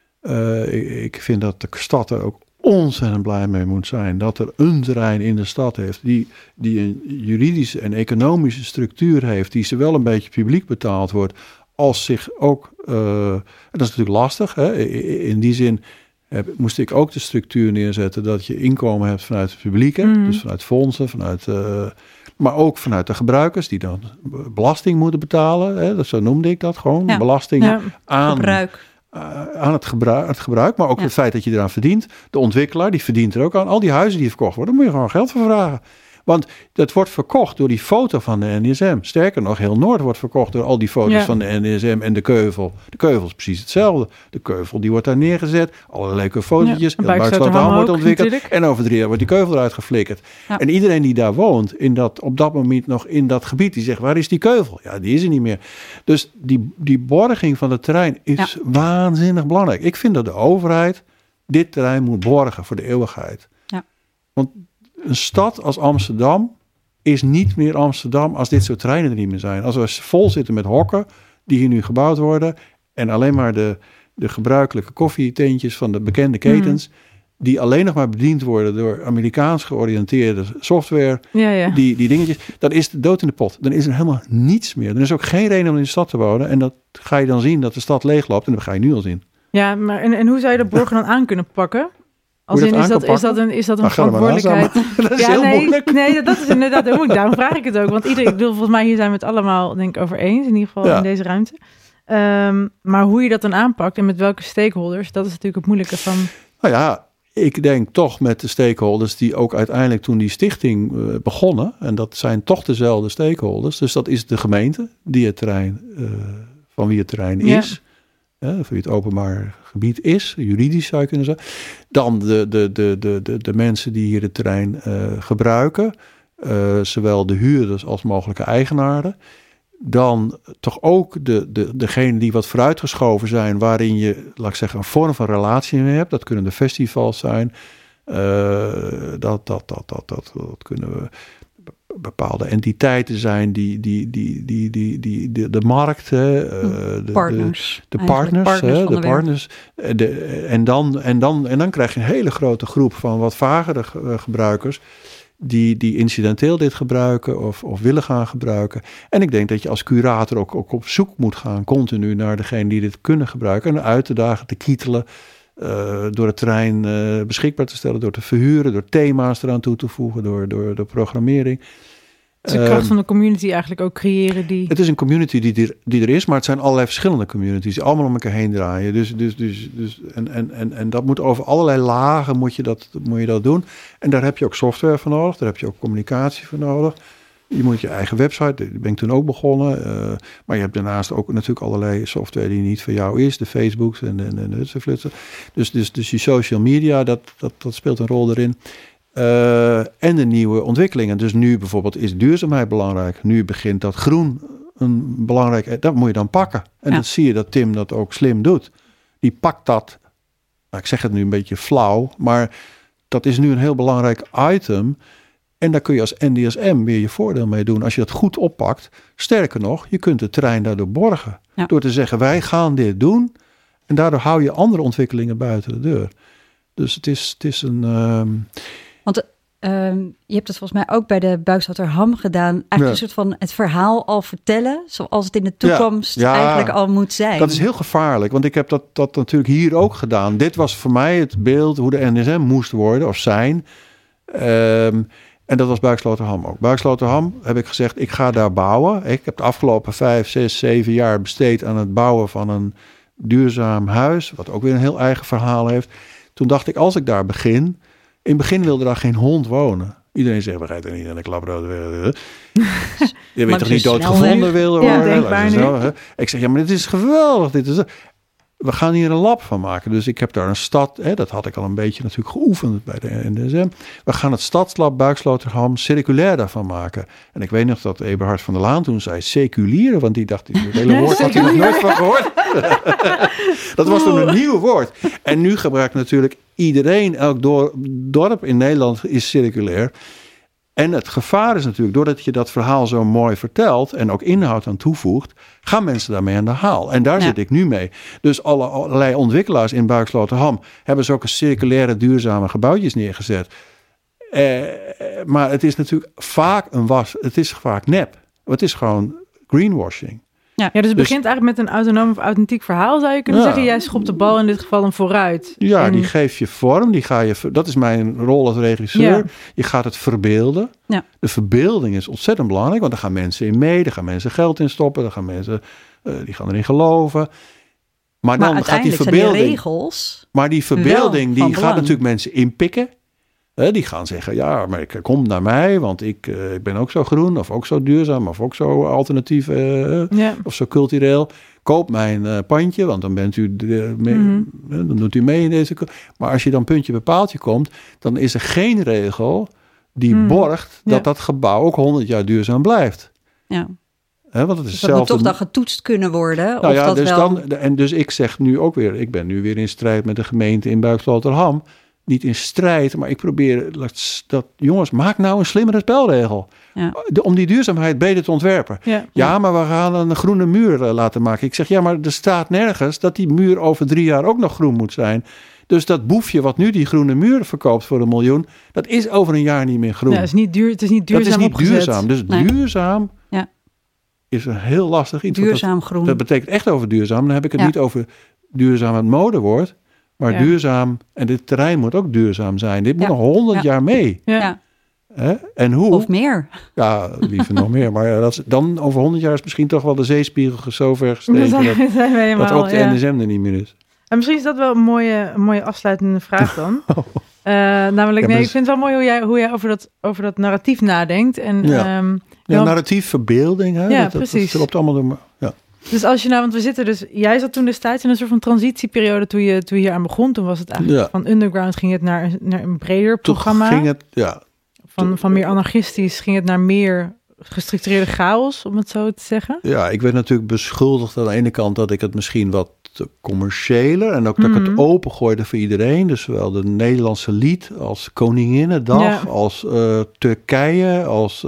Ik vind dat de stad er ook ontzettend blij mee moet zijn. Dat er een terrein in de stad heeft die een juridische en economische structuur heeft, die zowel een beetje publiek betaald wordt, als zich ook, en dat is natuurlijk lastig. Hè? In die zin moest ik ook de structuur neerzetten dat je inkomen hebt vanuit het publieke, dus vanuit fondsen, maar ook vanuit de gebruikers die dan belasting moeten betalen. Hè? Zo noemde ik dat gewoon, belasting aan gebruik. Aan het gebruik, maar ook het feit dat je eraan verdient. De ontwikkelaar, die verdient er ook aan. Al die huizen die verkocht worden, daar moet je gewoon geld voor vragen. Want dat wordt verkocht door die foto van de NDSM. Sterker nog, heel Noord wordt verkocht door al die foto's van de NDSM en de Keuvel. De Keuvel is precies hetzelfde. De Keuvel die wordt daar neergezet. Allerlei leuke fotootjes. Heel Buitenstad wordt ontwikkeld. Natuurlijk. En over 3 jaar wordt die Keuvel eruit geflikkerd. Ja. En iedereen die daar woont, op dat moment nog in dat gebied, die zegt, waar is die Keuvel? Ja, die is er niet meer. Dus die borging van het terrein is waanzinnig belangrijk. Ik vind dat de overheid dit terrein moet borgen voor de eeuwigheid. Ja. Want een stad als Amsterdam is niet meer Amsterdam als dit soort terreinen er niet meer zijn. Als we vol zitten met hokken die hier nu gebouwd worden en alleen maar de gebruikelijke koffietentjes van de bekende ketens, die alleen nog maar bediend worden door Amerikaans georiënteerde software, die dingetjes, dan is de dood in de pot. Dan is er helemaal niets meer. Er is ook geen reden om in de stad te wonen en dat ga je dan zien dat de stad leegloopt en dat ga je nu al zien. Ja, maar en hoe zou je de borgen dan aan kunnen pakken? Als in, is dat een verantwoordelijkheid? Dat is heel moeilijk. Nee, dat is inderdaad heel moeilijk. Daarom vraag ik het ook. Want volgens mij hier zijn we het allemaal denk ik over eens. In ieder geval in deze ruimte. Maar hoe je dat dan aanpakt en met welke stakeholders, dat is natuurlijk het moeilijke van. Nou ja, ik denk toch met de stakeholders die ook uiteindelijk toen die stichting begonnen. En dat zijn toch dezelfde stakeholders. Dus dat is de gemeente die het terrein, van wie het terrein is. Voor wie het openbaar gebied is, juridisch zou je kunnen zeggen. Dan de mensen die hier het terrein gebruiken, zowel de huurders als mogelijke eigenaren. Dan toch ook degene die wat vooruitgeschoven zijn, waarin je, laat ik zeggen, een vorm van relatie mee hebt. Dat kunnen de festivals zijn. Dat kunnen we bepaalde entiteiten zijn die de markt, de partners. En dan krijg je een hele grote groep van wat vagere gebruikers die incidenteel dit gebruiken of willen gaan gebruiken. En ik denk dat je als curator ook op zoek moet gaan continu naar degene die dit kunnen gebruiken en uit te dagen, te kietelen. Door het terrein beschikbaar te stellen, door te verhuren, door thema's eraan toe te voegen, door de programmering. Het is de kracht van de community eigenlijk ook creëren. Het is een community die er is, maar het zijn allerlei verschillende communities die allemaal om elkaar heen draaien. En dat moet over allerlei lagen moet je dat doen. En daar heb je ook software voor nodig, daar heb je ook communicatie voor nodig. Je moet je eigen website, daar ben ik toen ook begonnen. Maar je hebt daarnaast ook natuurlijk allerlei software die niet voor jou is. De Facebooks en de flutsen. Dus je social media, dat speelt een rol erin. En de nieuwe ontwikkelingen. Dus nu bijvoorbeeld is duurzaamheid belangrijk. Nu begint dat groen een belangrijk... Dat moet je dan pakken. En dat zie je dat Tim dat ook slim doet. Die pakt dat... Nou, ik zeg het nu een beetje flauw, maar dat is nu een heel belangrijk item. En daar kun je als NDSM weer je voordeel mee doen. Als je dat goed oppakt. Sterker nog, je kunt de trein daardoor borgen. Ja. Door te zeggen, wij gaan dit doen. En daardoor hou je andere ontwikkelingen buiten de deur. Dus het is een... Want je hebt het volgens mij ook bij de Buiksloterham gedaan. Eigenlijk een soort van het verhaal al vertellen. Zoals het in de toekomst eigenlijk al moet zijn. Dat is heel gevaarlijk. Want ik heb dat natuurlijk hier ook gedaan. Dit was voor mij het beeld hoe de NDSM moest worden of zijn. En dat was Buiksloterham ook. Buiksloterham heb ik gezegd, ik ga daar bouwen. Ik heb de afgelopen 5, 6, 7 jaar besteed aan het bouwen van een duurzaam huis. Wat ook weer een heel eigen verhaal heeft. Toen dacht ik, als ik daar begin... In het begin wilde daar geen hond wonen. Iedereen zegt, we gaan er niet aan de klaprood. Je weet toch niet doodgevonden willen worden? Ik zeg, maar dit is geweldig. We gaan hier een lab van maken. Dus ik heb daar een stad, dat had ik al een beetje natuurlijk geoefend bij de NDSM. We gaan het stadslab Buiksloterham circulair daarvan maken. En ik weet nog dat Eberhard van der Laan toen zei seculieren, want die dacht, het hele woord had hij nog nooit van gehoord. Dat was toen een nieuw woord. En nu gebruikt natuurlijk iedereen, elk dorp in Nederland is circulair. En het gevaar is natuurlijk, doordat je dat verhaal zo mooi vertelt en ook inhoud aan toevoegt, gaan mensen daarmee aan de haal. En daar zit ik nu mee. Dus allerlei ontwikkelaars in Buiksloterham hebben zulke circulaire duurzame gebouwtjes neergezet. Maar het is natuurlijk vaak het is vaak nep. Het is gewoon greenwashing. Ja, dus het begint eigenlijk met een autonoom of authentiek verhaal, zou je kunnen zeggen. Jij schopt de bal in dit geval hem vooruit. Ja, die geef je vorm. Dat is mijn rol als regisseur. Ja. Je gaat het verbeelden. Ja. De verbeelding is ontzettend belangrijk, want daar gaan mensen in mee. Daar gaan mensen geld in stoppen. Daar gaan mensen die gaan erin geloven. Maar dan gaat die verbeelding... Zijn die regels. Maar die verbeelding die gaat natuurlijk mensen inpikken. Die gaan zeggen, ja, maar kom naar mij, want ik ben ook zo groen, of ook zo duurzaam, of ook zo alternatief, of zo cultureel. Koop mijn pandje, want dan bent u dan doet u mee in deze. Maar als je dan puntje bij paaltje komt, dan is er geen regel die borgt dat gebouw ook 100 jaar duurzaam blijft. Ja. Want het is dat moet toch dan getoetst kunnen worden? Nou ja, dus dus ik zeg nu ook weer, ik ben nu weer in strijd met de gemeente in Buiksloterham. Niet in strijd, maar ik probeer jongens, maak nou een slimmere spelregel. Ja. Om die duurzaamheid beter te ontwerpen. Ja, maar we gaan een groene muur laten maken. Ik zeg, ja, maar er staat nergens dat die muur over 3 jaar ook nog groen moet zijn. Dus dat boefje wat nu die groene muur verkoopt voor $1 miljoen, dat is over een jaar niet meer groen. Ja, het is niet duurzaam. Dat is niet duurzaam. Dus duurzaam is een heel lastig iets. Duurzaam groen. Dat betekent echt over duurzaam. Dan heb ik het niet over duurzaam het modewoord. Maar duurzaam, en dit terrein moet ook duurzaam zijn. Dit moet nog 100 jaar mee. Ja. En hoe? Of meer. Ja, liever nog meer. Maar dan over 100 jaar is misschien toch wel de zeespiegel zo ver gestegen dat ook de NDSM er niet meer is. En misschien is dat wel een mooie afsluitende vraag dan. Namelijk, ik vind het wel mooi hoe jij over dat narratief nadenkt. En, narratief, verbeelding. Hè? Ja, precies. Dat loopt allemaal door. Ja. Dus als je want we zitten dus, jij zat toen destijds in een soort van transitieperiode toen je hier aan begon. Toen was het eigenlijk van underground ging het naar een breder programma. Toen ging het, van meer anarchistisch ging het naar meer gestructureerde chaos, om het zo te zeggen. Ja, ik werd natuurlijk beschuldigd aan de ene kant dat ik het misschien wat commerciëler en ook dat ik het opengooide voor iedereen. Dus zowel de Nederlandse lied als Koninginnedag, als Turkije, als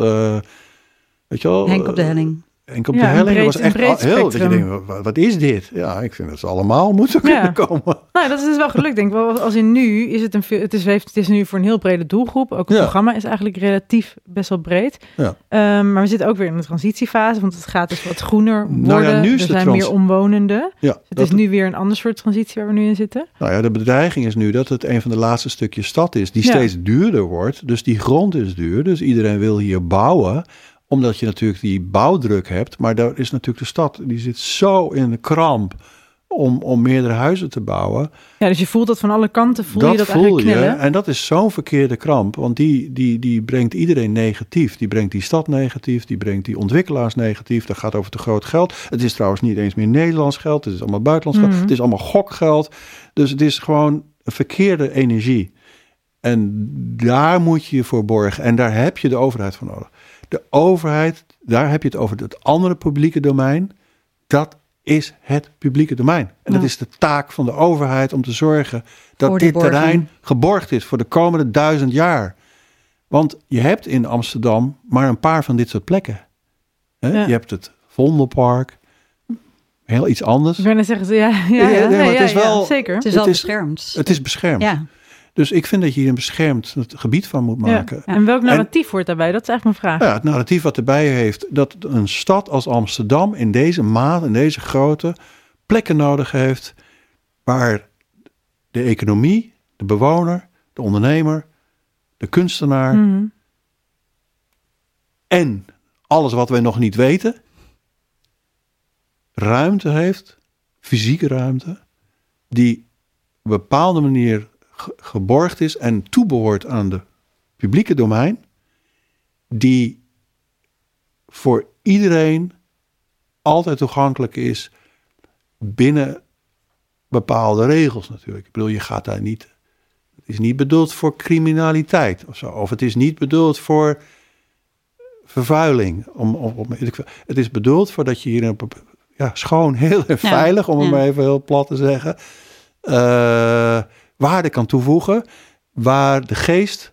weet je wel. Henk op de Helling. En op de helling was echt heel... Dat je denkt, wat is dit? Ja, ik vind dat ze allemaal moeten kunnen komen. Nou, dat is dus wel gelukt, denk ik. Wel, als in nu is het is nu voor een heel brede doelgroep. Ook het programma is eigenlijk relatief best wel breed. Ja. Maar we zitten ook weer in de transitiefase, want het gaat dus wat groener worden. Nu er zijn meer omwonenden. Ja, dus het is nu weer een ander soort transitie waar we nu in zitten. Nou ja, de bedreiging is nu dat het een van de laatste stukjes stad is, die steeds duurder wordt. Dus die grond is duur, dus iedereen wil hier bouwen, omdat je natuurlijk die bouwdruk hebt. Maar daar is natuurlijk de stad, die zit zo in de kramp om meerdere huizen te bouwen. Ja, dus je voelt dat van alle kanten, voel je dat eigenlijk knellen. En dat is zo'n verkeerde kramp, want die brengt iedereen negatief. Die brengt die stad negatief, die brengt die ontwikkelaars negatief. Dat gaat over te groot geld. Het is trouwens niet eens meer Nederlands geld, het is allemaal buitenlands geld. Het is allemaal gokgeld. Dus het is gewoon een verkeerde energie. En daar moet je je voor borgen. En daar heb je de overheid voor nodig. De overheid, daar heb je het over het andere publieke domein. Dat is het publieke domein. En dat is de taak van de overheid om te zorgen dat dit terrein geborgd is voor de komende 1000 jaar. Want je hebt in Amsterdam maar een paar van dit soort plekken. Je hebt het Vondelpark, heel iets anders. Ik wil net zeggen, het is wel zeker. Het is wel beschermd. Het is beschermd. Ja. Dus ik vind dat je hier een beschermd gebied van moet maken. Ja. En welk narratief hoort daarbij? Dat is eigenlijk mijn vraag. Ja, het narratief wat erbij heeft, dat een stad als Amsterdam in deze maat, in deze grootte, plekken nodig heeft waar de economie, de bewoner, de ondernemer, de kunstenaar en alles wat wij nog niet weten, ruimte heeft, fysieke ruimte, die op een bepaalde manier geborgd is en toebehoort aan de publieke domein, die voor iedereen altijd toegankelijk is binnen bepaalde regels natuurlijk. Ik bedoel, je gaat daar niet, het is niet bedoeld voor criminaliteit of zo, of het is niet bedoeld voor vervuiling. Het is bedoeld voor dat je hier schoon, heel en veilig, om het maar even heel plat te zeggen, waarde kan toevoegen, waar de geest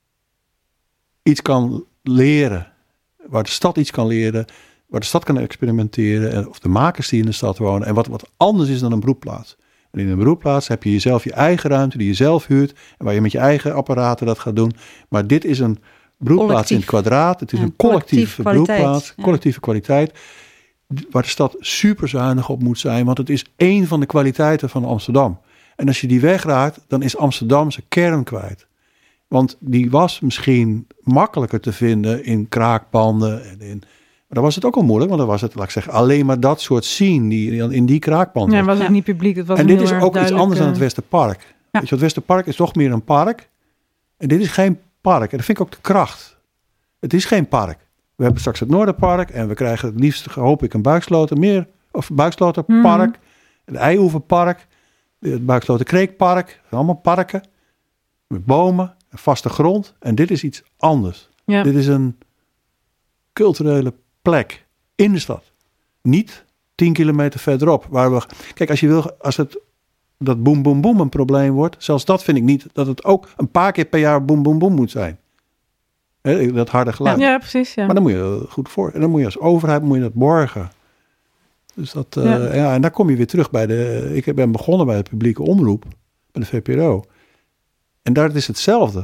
iets kan leren, waar de stad iets kan leren, waar de stad kan experimenteren, of de makers die in de stad wonen, en wat anders is dan een broedplaats. En in een broedplaats heb je jezelf je eigen ruimte die je zelf huurt, en waar je met je eigen apparaten dat gaat doen. Maar dit is een broedplaats in het kwadraat, het is een collectieve broedplaats, collectieve kwaliteit, waar de stad super zuinig op moet zijn, want het is één van de kwaliteiten van Amsterdam. En als je die wegraakt, dan is Amsterdam zijn kern kwijt. Want die was misschien makkelijker te vinden in kraakpanden. Maar dan was het ook al moeilijk, want dan was het, laat ik zeggen, alleen maar dat soort scene die in die kraakpanden. Ja, was het niet publiek. Het was en dit is ook iets anders dan het Westerpark. Ja. Weet je, het Westerpark is toch meer een park. En dit is geen park. En dat vind ik ook de kracht. Het is geen park. We hebben straks het Noorderpark en we krijgen het liefst, hoop ik, een Buiksloterpark. Het Eioeverpark. Het Buiksloterkreekpark, allemaal parken met bomen en vaste grond. En dit is iets anders. Ja. Dit is een culturele plek in de stad. Niet 10 kilometer verderop. Kijk, als dat boem boem boem een probleem wordt, zelfs dat vind ik niet, dat het ook een paar keer per jaar boem boem boem moet zijn. Dat harde geluid. Ja, precies. Ja. Maar dan moet je goed voor. En dan moet je als overheid dat borgen. Dus dat, en daar kom je weer terug bij ik ben begonnen bij de publieke omroep, bij de VPRO. En daar is hetzelfde.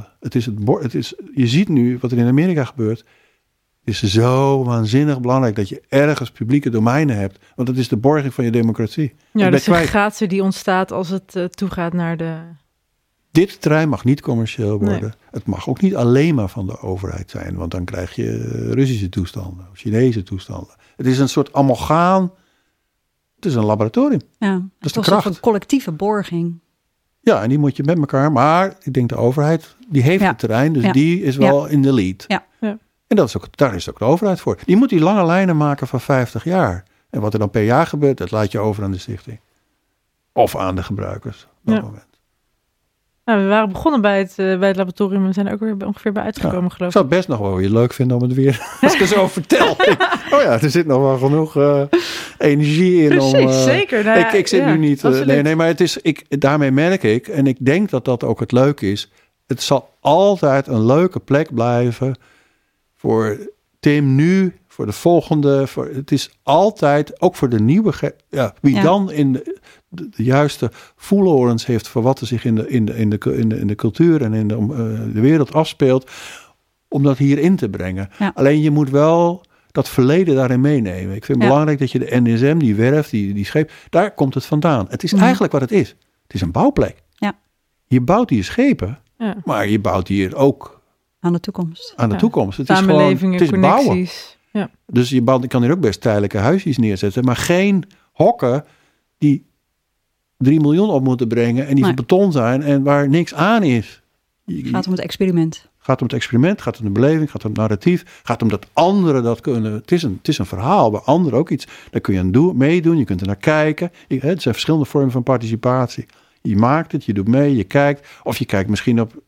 Je ziet nu wat er in Amerika gebeurt. Het is zo waanzinnig belangrijk dat je ergens publieke domeinen hebt. Want dat is de borging van je democratie. Ja, de segregatie die ontstaat als het toegaat naar de... Dit terrein mag niet commercieel worden. Nee. Het mag ook niet alleen maar van de overheid zijn. Want dan krijg je Russische toestanden, of Chinese toestanden. Het is een soort amalgaam. Het is een laboratorium. Ja, dat is de kracht. Een collectieve borging. Ja, en die moet je met elkaar. Maar ik denk de overheid, die heeft het terrein. Dus die is wel in de lead. Ja. Ja. En daar is ook de overheid voor. Die moet die lange lijnen maken van 50 jaar. En wat er dan per jaar gebeurt, dat laat je over aan de stichting. Of aan de gebruikers op dat moment. Nou, we waren begonnen bij het laboratorium en we zijn er ook weer ongeveer bij uitgekomen, geloof ik. Ik zou het best nog wel weer leuk vinden om het weer, als ik het zo vertel. Er zit nog wel genoeg energie in. Precies, zeker. Nou ja, ik zit nu niet... maar het is, daarmee merk ik, en ik denk dat dat ook het leuke is, het zal altijd een leuke plek blijven voor Tim nu, voor de volgende. Het is altijd, ook voor de nieuwe... dan in de juiste voelhorens heeft voor wat er zich in de cultuur en in de wereld afspeelt, om dat hierin te brengen. Ja. Alleen je moet wel dat verleden daarin meenemen. Ik vind het belangrijk dat je de NSM, die werf, die scheep, daar komt het vandaan. Het is eigenlijk wat het is. Het is een bouwplek. Ja. Je bouwt hier schepen, maar je bouwt hier ook aan de toekomst. Aan de toekomst. Het Samenlevingen, is gewoon, het is connecties. Bouwen. Ja. Dus je kan hier ook best tijdelijke huisjes neerzetten, maar geen hokken die 3 miljoen op moeten brengen en die van beton zijn en waar niks aan is. Het gaat om het experiment. Gaat om het experiment, gaat om de beleving, gaat om het narratief, gaat om dat anderen dat kunnen. Het is een verhaal waar anderen ook iets. Daar kun je aan meedoen, je kunt er naar kijken. Er zijn verschillende vormen van participatie. Je maakt het, je doet mee, je kijkt. Of je kijkt misschien op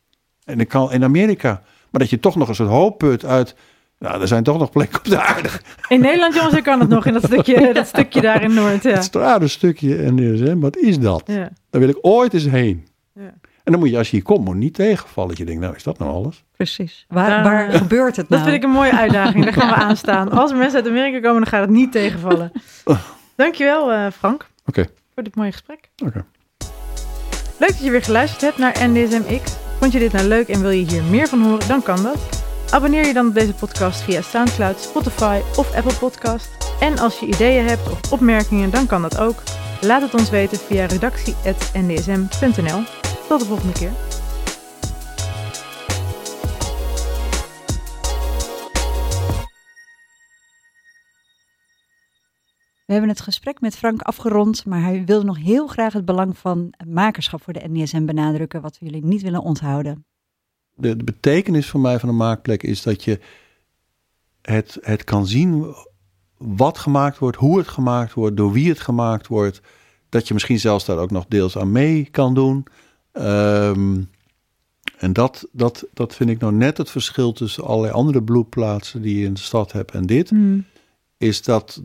En ik kan in Amerika. Maar dat je toch nog een soort hoop put uit... Nou, er zijn toch nog plekken op de aarde. In Nederland, jongens, ik kan het nog in dat stukje daar in Noord. Ja. Het straatstukje NDSM, wat is dat? Ja. Daar wil ik ooit eens heen. Ja. En dan moet je, als je hier komt, niet tegenvallen. Dat je denkt, nou, is dat nou alles? Precies. Waar gebeurt het nou? Dat vind ik een mooie uitdaging. Daar gaan we aan staan. Als er mensen uit Amerika komen, dan gaat het niet tegenvallen. Dankjewel, Frank. Voor dit mooie gesprek. Leuk dat je weer geluisterd hebt naar NDSMX. Vond je dit nou leuk en wil je hier meer van horen? Dan kan dat. Abonneer je dan op deze podcast via SoundCloud, Spotify of Apple Podcast. En als je ideeën hebt of opmerkingen, dan kan dat ook. Laat het ons weten via redactie@ndsm.nl. Tot de volgende keer. We hebben het gesprek met Frank afgerond, maar hij wilde nog heel graag het belang van makerschap voor de NDSM benadrukken, wat we jullie niet willen onthouden. De betekenis voor mij van een maakplek is dat je het kan zien wat gemaakt wordt, hoe het gemaakt wordt, door wie het gemaakt wordt. Dat je misschien zelfs daar ook nog deels aan mee kan doen. En dat vind ik nou net het verschil tussen allerlei andere bloedplaatsen die je in de stad hebt en dit. Is dat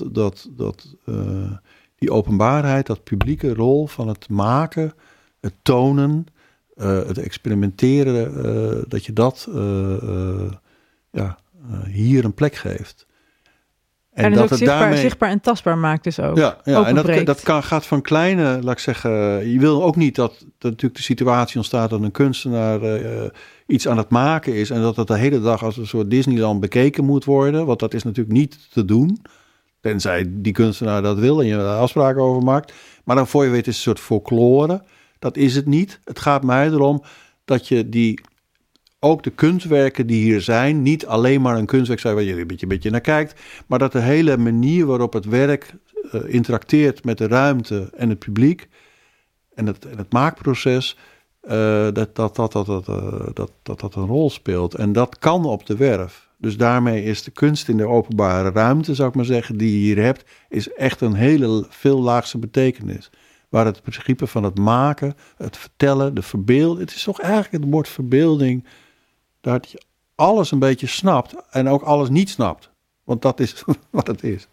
die openbaarheid, dat publieke rol van het maken, het tonen, het experimenteren, dat je dat hier een plek geeft. En dat het daarmee zichtbaar en tastbaar maakt dus ook. Ja, en dat gaat van kleine, laat ik zeggen, je wil ook niet dat natuurlijk de situatie ontstaat dat een kunstenaar iets aan het maken is en dat het de hele dag als een soort Disneyland bekeken moet worden, want dat is natuurlijk niet te doen, tenzij die kunstenaar dat wil en je daar afspraken over maakt. Maar dan voor je weet is het een soort folklore. Dat is het niet. Het gaat mij erom dat je ook de kunstwerken die hier zijn, niet alleen maar een kunstwerk zijn waar je een beetje naar kijkt, maar dat de hele manier waarop het werk interacteert met de ruimte en het publiek en het maakproces, dat een rol speelt. En dat kan op de werf. Dus daarmee is de kunst in de openbare ruimte, zou ik maar zeggen, die je hier hebt, is echt een hele veellaagse betekenis. Waar het principe van het maken, het vertellen, de verbeelding, het is toch eigenlijk het woord verbeelding, dat je alles een beetje snapt en ook alles niet snapt. Want dat is wat het is.